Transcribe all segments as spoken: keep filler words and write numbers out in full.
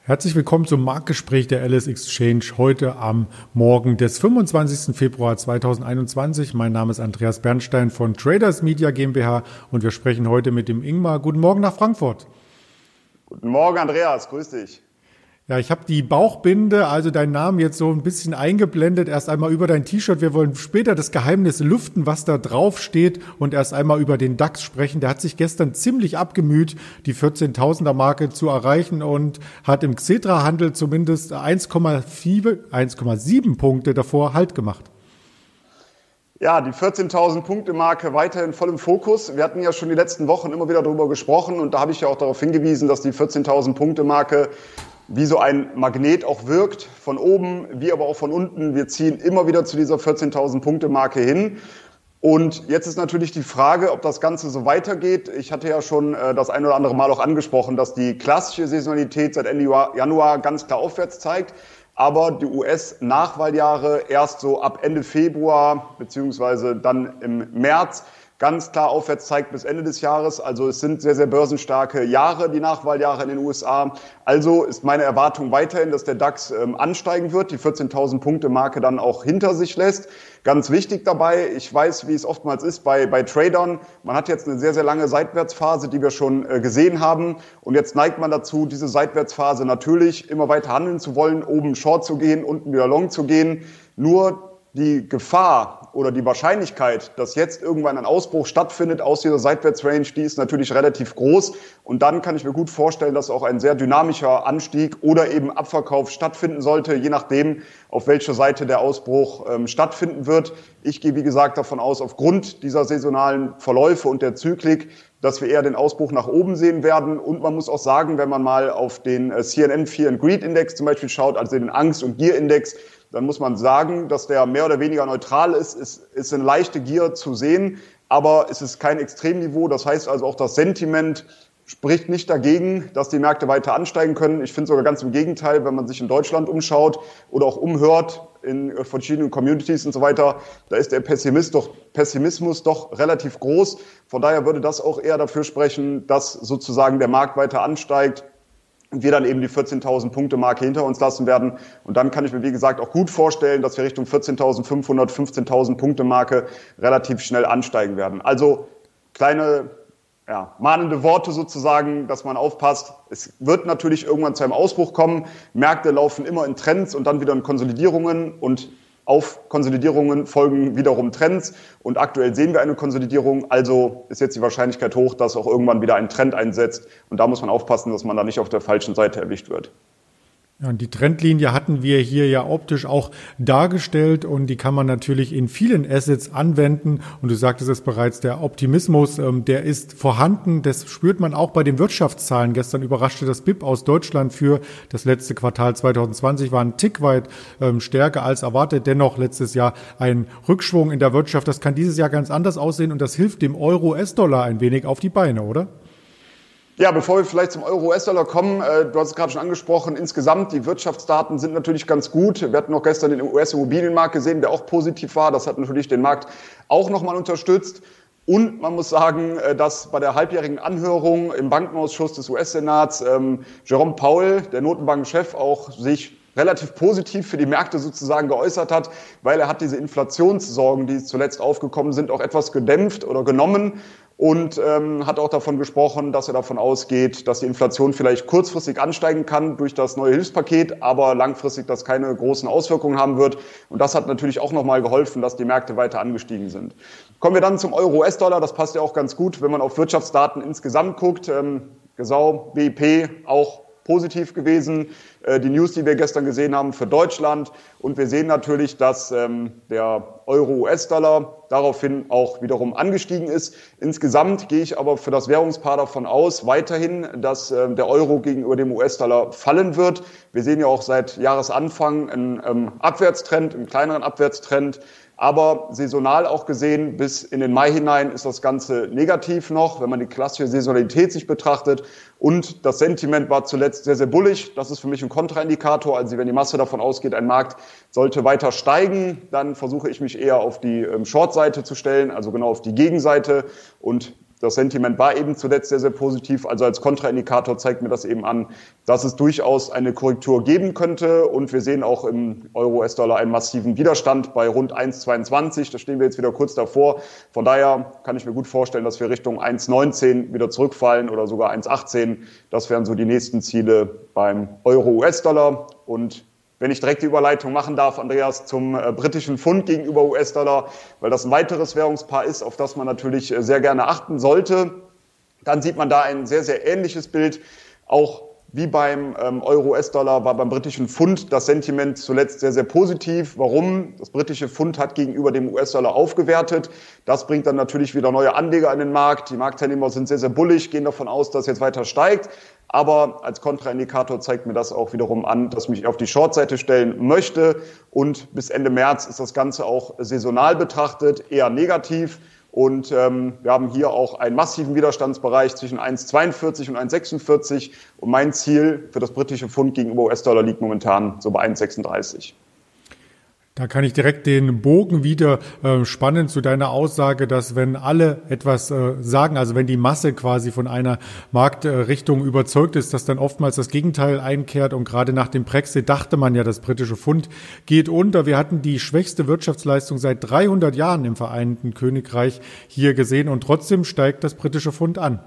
Herzlich willkommen zum Marktgespräch der Alice Exchange heute am Morgen des fünfundzwanzigsten Februar zweitausendeinundzwanzig. Mein Name ist Andreas Bernstein von Traders Media GmbH und wir sprechen heute mit dem Ingmar. Guten Morgen nach Frankfurt. Guten Morgen, Andreas. Grüß dich. Ja, ich habe die Bauchbinde, also deinen Namen jetzt so ein bisschen eingeblendet. Erst einmal über dein T-Shirt. Wir wollen später das Geheimnis lüften, was da drauf steht und erst einmal über den DAX sprechen. Der hat sich gestern ziemlich abgemüht, die vierzehntausender Marke zu erreichen und hat im Xetra-Handel zumindest eins Komma sieben Punkte davor Halt gemacht. Ja, die vierzehntausend Punkte Marke weiterhin voll im Fokus. Wir hatten ja schon die letzten Wochen immer wieder darüber gesprochen und da habe ich ja auch darauf hingewiesen, dass die vierzehntausend Punkte Marke wie so ein Magnet auch wirkt, von oben wie aber auch von unten. Wir ziehen immer wieder zu dieser vierzehntausend Punkte Marke hin. Und jetzt ist natürlich die Frage, ob das Ganze so weitergeht. Ich hatte ja schon äh, das ein oder andere Mal auch angesprochen, dass die klassische Saisonalität seit Ende Januar ganz klar aufwärts zeigt. Aber die U S-Nachwahljahre erst so ab Ende Februar beziehungsweise dann im März ganz klar aufwärts zeigt bis Ende des Jahres. Also es sind sehr, sehr börsenstarke Jahre, die Nachwahljahre in den U S A. Also ist meine Erwartung weiterhin, dass der DAX ähm, ansteigen wird, die vierzehntausend Punkte Marke dann auch hinter sich lässt. Ganz wichtig dabei, ich weiß, wie es oftmals ist bei, bei Tradern. Man hat jetzt eine sehr, sehr lange Seitwärtsphase, die wir schon äh, gesehen haben. Und jetzt neigt man dazu, diese Seitwärtsphase natürlich immer weiter handeln zu wollen, oben Short zu gehen, unten wieder Long zu gehen. Nur die Gefahr oder die Wahrscheinlichkeit, dass jetzt irgendwann ein Ausbruch stattfindet aus dieser Seitwärtsrange, die ist natürlich relativ groß. Und dann kann ich mir gut vorstellen, dass auch ein sehr dynamischer Anstieg oder eben Abverkauf stattfinden sollte, je nachdem, auf welcher Seite der Ausbruch ähm, stattfinden wird. Ich gehe, wie gesagt, davon aus, aufgrund dieser saisonalen Verläufe und der Zyklik, dass wir eher den Ausbruch nach oben sehen werden. Und man muss auch sagen, wenn man mal auf den äh, C N N Fear and Greed Index zum Beispiel schaut, also den Angst- und Gier-Index, dann muss man sagen, dass der mehr oder weniger neutral ist. Es ist eine leichte Gier zu sehen, aber es ist kein Extremniveau. Das heißt also auch, das Sentiment spricht nicht dagegen, dass die Märkte weiter ansteigen können. Ich finde sogar ganz im Gegenteil, wenn man sich in Deutschland umschaut oder auch umhört in verschiedenen Communities und so weiter, da ist der Pessimist doch, Pessimismus doch relativ groß. Von daher würde das auch eher dafür sprechen, dass sozusagen der Markt weiter ansteigt und wir dann eben die vierzehntausend Punkte Marke hinter uns lassen werden. Und dann kann ich mir, wie gesagt, auch gut vorstellen, dass wir Richtung vierzehntausendfünfhundert, fünfzehntausend Punkte Marke relativ schnell ansteigen werden. Also kleine, ja, mahnende Worte sozusagen, dass man aufpasst. Es wird natürlich irgendwann zu einem Ausbruch kommen. Märkte laufen immer in Trends und dann wieder in Konsolidierungen und auf Konsolidierungen folgen wiederum Trends und aktuell sehen wir eine Konsolidierung, also ist jetzt die Wahrscheinlichkeit hoch, dass auch irgendwann wieder ein Trend einsetzt und da muss man aufpassen, dass man da nicht auf der falschen Seite erwischt wird. Ja, und die Trendlinie hatten wir hier ja optisch auch dargestellt und die kann man natürlich in vielen Assets anwenden. Und du sagtest es bereits, der Optimismus, ähm, der ist vorhanden. Das spürt man auch bei den Wirtschaftszahlen. Gestern überraschte das B I P aus Deutschland für das letzte Quartal zweitausendzwanzig, war ein Tick weit ähm, stärker als erwartet. Dennoch letztes Jahr ein Rückschwung in der Wirtschaft. Das kann dieses Jahr ganz anders aussehen und das hilft dem Euro-U S-Dollar ein wenig auf die Beine, oder? Ja, bevor wir vielleicht zum Euro-U S-Dollar kommen, äh, du hast es gerade schon angesprochen, insgesamt die Wirtschaftsdaten sind natürlich ganz gut. Wir hatten noch gestern den U S-Immobilienmarkt gesehen, der auch positiv war. Das hat natürlich den Markt auch nochmal unterstützt. Und man muss sagen, äh, dass bei der halbjährigen Anhörung im Bankenausschuss des U S-Senats ähm, Jerome Powell, der Notenbankchef, auch sich relativ positiv für die Märkte sozusagen geäußert hat, weil er hat diese Inflationssorgen, die zuletzt aufgekommen sind, auch etwas gedämpft oder genommen. Und ähm, hat auch davon gesprochen, dass er davon ausgeht, dass die Inflation vielleicht kurzfristig ansteigen kann durch das neue Hilfspaket, aber langfristig das keine großen Auswirkungen haben wird. Und das hat natürlich auch nochmal geholfen, dass die Märkte weiter angestiegen sind. Kommen wir dann zum Euro-U S-Dollar. Das passt ja auch ganz gut, wenn man auf Wirtschaftsdaten insgesamt guckt. Ähm, Gesau, B I P auch positiv gewesen. Äh, die News, die wir gestern gesehen haben für Deutschland. Und wir sehen natürlich, dass ähm, der Euro-U S-Dollar daraufhin auch wiederum angestiegen ist. Insgesamt gehe ich aber für das Währungspaar davon aus, weiterhin, dass äh, der Euro gegenüber dem U S-Dollar fallen wird. Wir sehen ja auch seit Jahresanfang einen ähm, Abwärtstrend, einen kleineren Abwärtstrend. Aber saisonal auch gesehen, bis in den Mai hinein ist das Ganze negativ noch, wenn man die klassische Saisonalität sich betrachtet. Und das Sentiment war zuletzt sehr, sehr bullig. Das ist für mich ein Kontraindikator. Also wenn die Masse davon ausgeht, ein Markt sollte weiter steigen, dann versuche ich mich eher auf die ähm, Short-Seite zu stellen, also genau auf die Gegenseite. Und Das Sentiment war eben zuletzt sehr, sehr positiv. Also als Kontraindikator zeigt mir das eben an, dass es durchaus eine Korrektur geben könnte. Und wir sehen auch im Euro-U S-Dollar einen massiven Widerstand bei rund eins Komma zweiundzwanzig. Da stehen wir jetzt wieder kurz davor. Von daher kann ich mir gut vorstellen, dass wir Richtung eins Komma neunzehn wieder zurückfallen oder sogar eins Komma achtzehn. Das wären so die nächsten Ziele beim Euro-U S-Dollar. Und wenn ich direkt die Überleitung machen darf, Andreas, zum äh, britischen Pfund gegenüber U S-Dollar, weil das ein weiteres Währungspaar ist, auf das man natürlich äh, sehr gerne achten sollte, dann sieht man da ein sehr, sehr ähnliches Bild. Auch wie beim ähm, Euro-U S-Dollar war beim britischen Pfund das Sentiment zuletzt sehr, sehr positiv. Warum? Das britische Pfund hat gegenüber dem U S-Dollar aufgewertet. Das bringt dann natürlich wieder neue Anleger an den Markt. Die Marktteilnehmer sind sehr, sehr bullig, gehen davon aus, dass es jetzt weiter steigt. Aber als Kontraindikator zeigt mir das auch wiederum an, dass ich mich auf die Short-Seite stellen möchte. Und bis Ende März ist das Ganze auch saisonal betrachtet eher negativ. Und ähm, wir haben hier auch einen massiven Widerstandsbereich zwischen eins Komma zweiundvierzig und eins Komma sechsundvierzig. Und mein Ziel für das britische Pfund gegenüber U S-Dollar liegt momentan so bei eins Komma sechsunddreißig. Da kann ich direkt den Bogen wieder äh, spannen zu deiner Aussage, dass wenn alle etwas äh, sagen, also wenn die Masse quasi von einer Marktrichtung äh, überzeugt ist, dass dann oftmals das Gegenteil einkehrt. Und gerade nach dem Brexit dachte man ja, das britische Pfund geht unter. Wir hatten die schwächste Wirtschaftsleistung seit dreihundert Jahren im Vereinigten Königreich hier gesehen und trotzdem steigt das britische Pfund an.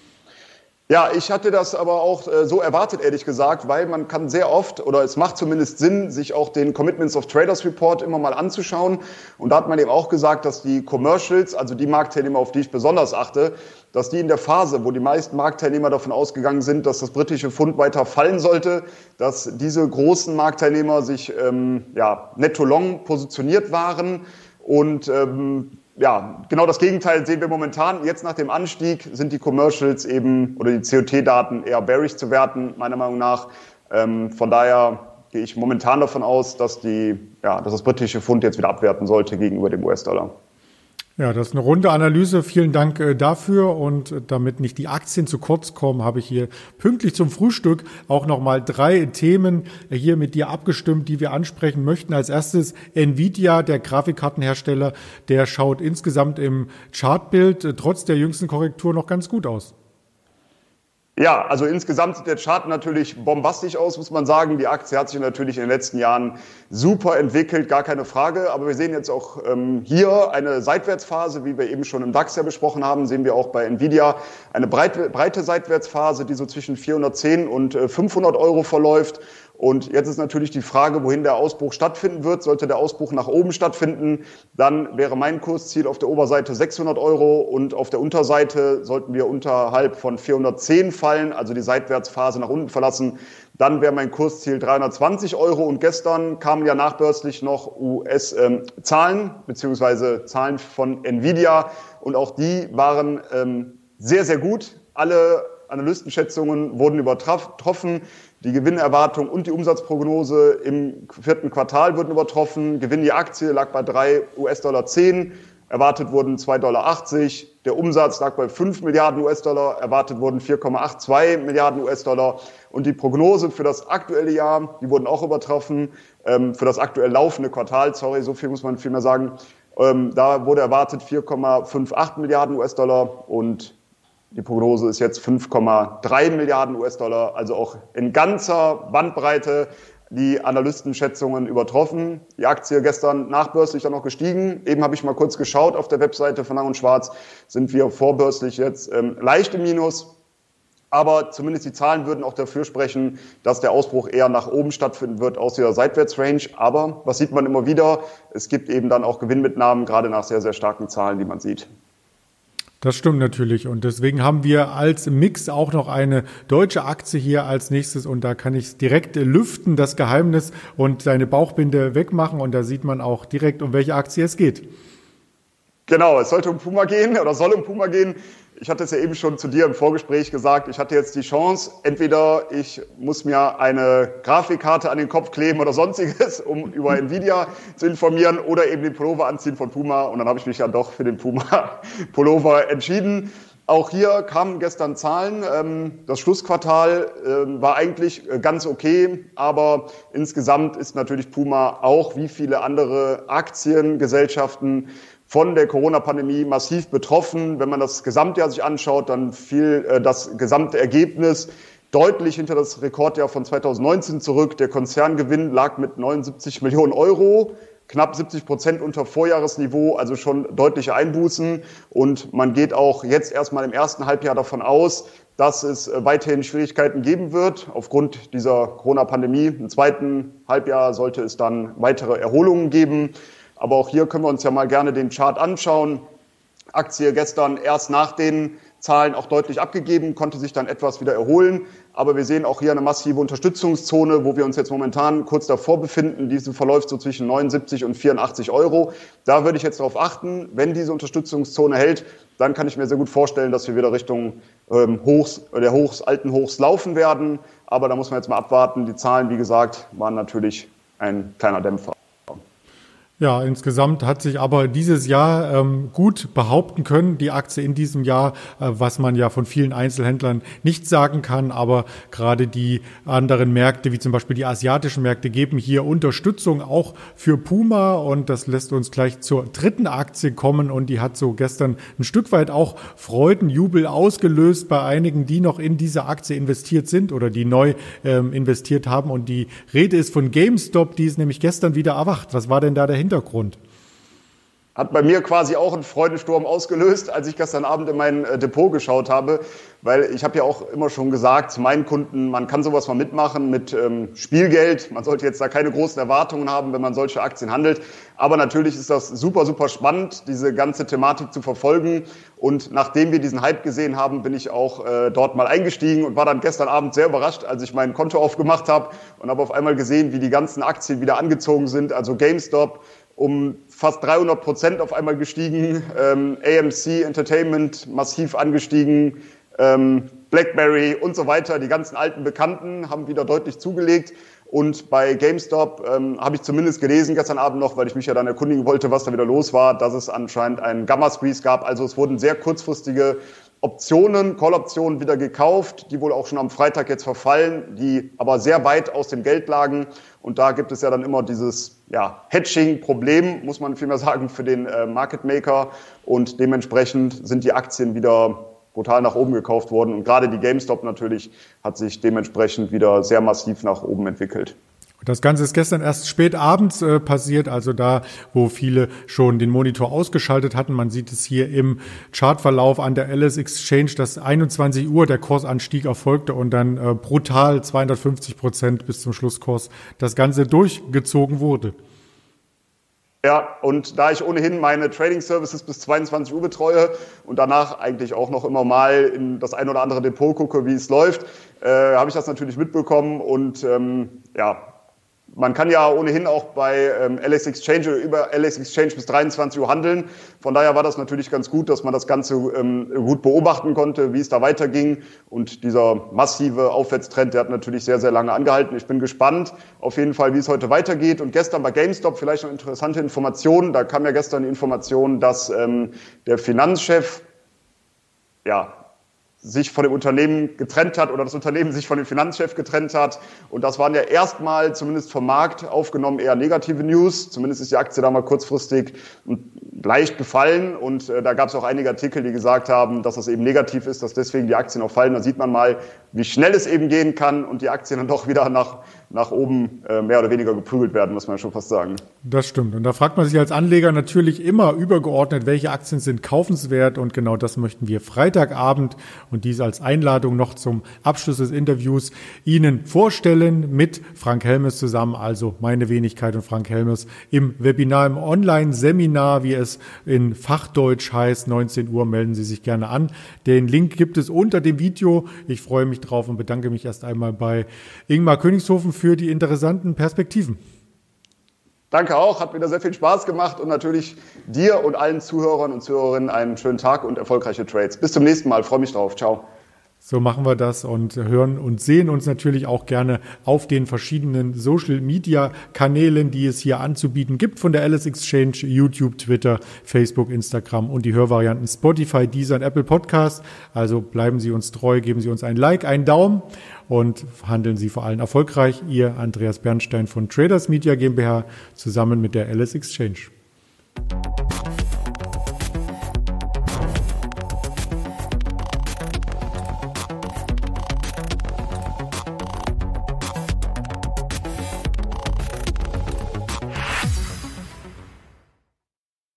Ja, ich hatte das aber auch äh, so erwartet, ehrlich gesagt, weil man kann sehr oft, oder es macht zumindest Sinn, sich auch den Commitments of Traders Report immer mal anzuschauen. Und da hat man eben auch gesagt, dass die Commercials, also die Marktteilnehmer, auf die ich besonders achte, dass die in der Phase, wo die meisten Marktteilnehmer davon ausgegangen sind, dass das britische Pfund weiter fallen sollte, dass diese großen Marktteilnehmer sich ähm, ja, netto long positioniert waren und ähm, ja, genau das Gegenteil sehen wir momentan. Jetzt nach dem Anstieg sind die Commercials eben oder die C O T-Daten eher bearish zu werten, meiner Meinung nach. Ähm, von daher gehe ich momentan davon aus, dass, die, ja, dass das britische Pfund jetzt wieder abwerten sollte gegenüber dem U S-Dollar. Ja, das ist eine runde Analyse. Vielen Dank äh, dafür. Und äh, damit nicht die Aktien zu kurz kommen, habe ich hier pünktlich zum Frühstück auch nochmal drei Themen äh, hier mit dir abgestimmt, die wir ansprechen möchten. Als erstes Nvidia, der Grafikkartenhersteller, der schaut insgesamt im Chartbild äh, trotz der jüngsten Korrektur noch ganz gut aus. Ja, also insgesamt sieht der Chart natürlich bombastisch aus, muss man sagen. Die Aktie hat sich natürlich in den letzten Jahren super entwickelt, gar keine Frage. Aber wir sehen jetzt auch ähm, hier eine Seitwärtsphase, wie wir eben schon im DAX ja besprochen haben, sehen wir auch bei Nvidia eine breite, breite Seitwärtsphase, die so zwischen vierhundertzehn und äh, fünfhundert Euro verläuft. Und jetzt ist natürlich die Frage, wohin der Ausbruch stattfinden wird. Sollte der Ausbruch nach oben stattfinden, dann wäre mein Kursziel auf der Oberseite sechshundert Euro und auf der Unterseite sollten wir unterhalb von vierhundertzehn fallen, also die Seitwärtsphase nach unten verlassen. Dann wäre mein Kursziel dreihundertzwanzig Euro. Und gestern kamen ja nachbörslich noch U S-Zahlen, ähm, beziehungsweise Zahlen von Nvidia. Und auch die waren ähm, sehr, sehr gut. Alle Analystenschätzungen wurden übertroffen. Die Gewinnerwartung und die Umsatzprognose im vierten Quartal wurden übertroffen. Gewinn die Aktie lag bei drei U S-Dollar zehn. Erwartet wurden zwei Dollar achtzig. Der Umsatz lag bei fünf Milliarden U S-Dollar. Erwartet wurden vier Komma zweiundachtzig Milliarden U S-Dollar. Und die Prognose für das aktuelle Jahr, die wurden auch übertroffen. Ähm, für das aktuell laufende Quartal, sorry, so viel muss man vielmehr sagen. Ähm, da wurde erwartet vier Komma achtzig Milliarden U S-Dollar und die Prognose ist jetzt fünf Komma drei Milliarden U S-Dollar, also auch in ganzer Bandbreite die Analystenschätzungen übertroffen. Die Aktie gestern nachbörslich dann noch gestiegen. Eben habe ich mal kurz geschaut auf der Webseite von Lang und Schwarz, sind wir vorbörslich jetzt ähm, leicht im Minus. Aber zumindest die Zahlen würden auch dafür sprechen, dass der Ausbruch eher nach oben stattfinden wird aus dieser Seitwärtsrange. Aber was sieht man immer wieder? Es gibt eben dann auch Gewinnmitnahmen, gerade nach sehr, sehr starken Zahlen, die man sieht. Das stimmt natürlich und deswegen haben wir als Mix auch noch eine deutsche Aktie hier als nächstes und da kann ich direkt lüften, das Geheimnis und seine Bauchbinde wegmachen und da sieht man auch direkt, um welche Aktie es geht. Genau, es sollte um Puma gehen oder soll um Puma gehen. Ich hatte es ja eben schon zu dir im Vorgespräch gesagt, ich hatte jetzt die Chance, entweder ich muss mir eine Grafikkarte an den Kopf kleben oder sonstiges, um über Nvidia zu informieren oder eben den Pullover anziehen von Puma und dann habe ich mich ja doch für den Puma-Pullover entschieden. Auch hier kamen gestern Zahlen. Das Schlussquartal war eigentlich ganz okay, aber insgesamt ist natürlich Puma auch wie viele andere Aktiengesellschaften von der Corona-Pandemie massiv betroffen. Wenn man das Gesamtjahr sich anschaut, dann fiel äh, das gesamte Ergebnis deutlich hinter das Rekordjahr von zweitausendneunzehn zurück. Der Konzerngewinn lag mit neunundsiebzig Millionen Euro, knapp siebzig Prozent unter Vorjahresniveau, also schon deutliche Einbußen. Und man geht auch jetzt erstmal im ersten Halbjahr davon aus, dass es weiterhin Schwierigkeiten geben wird aufgrund dieser Corona-Pandemie. Im zweiten Halbjahr sollte es dann weitere Erholungen geben. Aber auch hier können wir uns ja mal gerne den Chart anschauen. Aktie gestern erst nach den Zahlen auch deutlich abgegeben, konnte sich dann etwas wieder erholen. Aber wir sehen auch hier eine massive Unterstützungszone, wo wir uns jetzt momentan kurz davor befinden. Diese verläuft so zwischen neunundsiebzig und vierundachtzig Euro. Da würde ich jetzt darauf achten, wenn diese Unterstützungszone hält, dann kann ich mir sehr gut vorstellen, dass wir wieder Richtung ähm, Hochs, der Hochs, alten Hochs laufen werden. Aber da muss man jetzt mal abwarten. Die Zahlen, wie gesagt, waren natürlich ein kleiner Dämpfer. Ja, insgesamt hat sich aber dieses Jahr ähm, gut behaupten können, die Aktie in diesem Jahr, äh, was man ja von vielen Einzelhändlern nicht sagen kann. Aber gerade die anderen Märkte, wie zum Beispiel die asiatischen Märkte, geben hier Unterstützung auch für Puma. Und das lässt uns gleich zur dritten Aktie kommen. Und die hat so gestern ein Stück weit auch Freudenjubel ausgelöst bei einigen, die noch in diese Aktie investiert sind oder die neu ähm, investiert haben. Und die Rede ist von GameStop, die ist nämlich gestern wieder erwacht. Was war denn da dahinter? Hintergrund. Hat bei mir quasi auch einen Freudensturm ausgelöst, als ich gestern Abend in mein äh, Depot geschaut habe, weil ich habe ja auch immer schon gesagt zu meinen Kunden, man kann sowas mal mitmachen mit ähm, Spielgeld. Man sollte jetzt da keine großen Erwartungen haben, wenn man solche Aktien handelt. Aber natürlich ist das super, super spannend, diese ganze Thematik zu verfolgen. Und nachdem wir diesen Hype gesehen haben, bin ich auch äh, dort mal eingestiegen und war dann gestern Abend sehr überrascht, als ich mein Konto aufgemacht habe und habe auf einmal gesehen, wie die ganzen Aktien wieder angezogen sind. Also GameStop um fast dreihundert Prozent auf einmal gestiegen, ähm, A M C Entertainment massiv angestiegen, ähm, BlackBerry und so weiter. Die ganzen alten Bekannten haben wieder deutlich zugelegt. Und bei GameStop ähm, habe ich zumindest gelesen gestern Abend noch, weil ich mich ja dann erkundigen wollte, was da wieder los war, dass es anscheinend einen Gamma-Squeeze gab. Also es wurden sehr kurzfristige Optionen, Call-Optionen wieder gekauft, die wohl auch schon am Freitag jetzt verfallen, die aber sehr weit aus dem Geld lagen. Und da gibt es ja dann immer dieses ja, Hedging-Problem, muss man vielmehr sagen, für den äh, Market Maker. Und dementsprechend sind die Aktien wieder brutal nach oben gekauft worden. Und gerade die GameStop natürlich hat sich dementsprechend wieder sehr massiv nach oben entwickelt. Das Ganze ist gestern erst spät abends äh, passiert, also da, wo viele schon den Monitor ausgeschaltet hatten. Man sieht es hier im Chartverlauf an der L S Exchange, dass einundzwanzig Uhr der Kursanstieg erfolgte und dann äh, brutal zweihundertfünfzig Prozent bis zum Schlusskurs das Ganze durchgezogen wurde. Ja, und da ich ohnehin meine Trading Services bis zweiundzwanzig Uhr betreue und danach eigentlich auch noch immer mal in das ein oder andere Depot gucke, wie es läuft, äh, habe ich das natürlich mitbekommen und ähm, ja, man kann ja ohnehin auch bei ähm, L S Exchange oder über L S Exchange bis dreiundzwanzig Uhr handeln. Von daher war das natürlich ganz gut, dass man das Ganze ähm, gut beobachten konnte, wie es da weiterging. Und dieser massive Aufwärtstrend, der hat natürlich sehr, sehr lange angehalten. Ich bin gespannt auf jeden Fall, wie es heute weitergeht. Und gestern bei GameStop vielleicht noch interessante Informationen. Da kam ja gestern die Information, dass ähm, der Finanzchef ja sich von dem Unternehmen getrennt hat oder das Unternehmen sich von dem Finanzchef getrennt hat. Und das waren ja erstmal, zumindest vom Markt aufgenommen, eher negative News. Zumindest ist die Aktie da mal kurzfristig leicht gefallen. Und äh, da gab es auch einige Artikel, die gesagt haben, dass das eben negativ ist, dass deswegen die Aktien auch fallen. Da sieht man mal, wie schnell es eben gehen kann und die Aktien dann doch wieder nach, nach oben äh, mehr oder weniger geprügelt werden, muss man schon fast sagen. Das stimmt. Und da fragt man sich als Anleger natürlich immer übergeordnet, welche Aktien sind kaufenswert. Und genau das möchten wir Freitagabend und dies als Einladung noch zum Abschluss des Interviews Ihnen vorstellen mit Frank Helmes zusammen, also meine Wenigkeit und Frank Helmes im Webinar, im Online-Seminar, wie es in Fachdeutsch heißt. neunzehn Uhr melden Sie sich gerne an. Den Link gibt es unter dem Video. Ich freue mich drauf und bedanke mich erst einmal bei Ingmar Königshofen für die interessanten Perspektiven. Danke auch, hat wieder sehr viel Spaß gemacht und natürlich dir und allen Zuhörern und Zuhörerinnen einen schönen Tag und erfolgreiche Trades. Bis zum nächsten Mal, freue mich drauf. Ciao. So machen wir das und hören und sehen uns natürlich auch gerne auf den verschiedenen Social-Media-Kanälen, die es hier anzubieten gibt, von der L S Exchange, YouTube, Twitter, Facebook, Instagram und die Hörvarianten Spotify, Deezer und Apple Podcast. Also bleiben Sie uns treu, geben Sie uns ein Like, einen Daumen und handeln Sie vor allem erfolgreich. Ihr Andreas Bernstein von Traders Media GmbH zusammen mit der L S Exchange.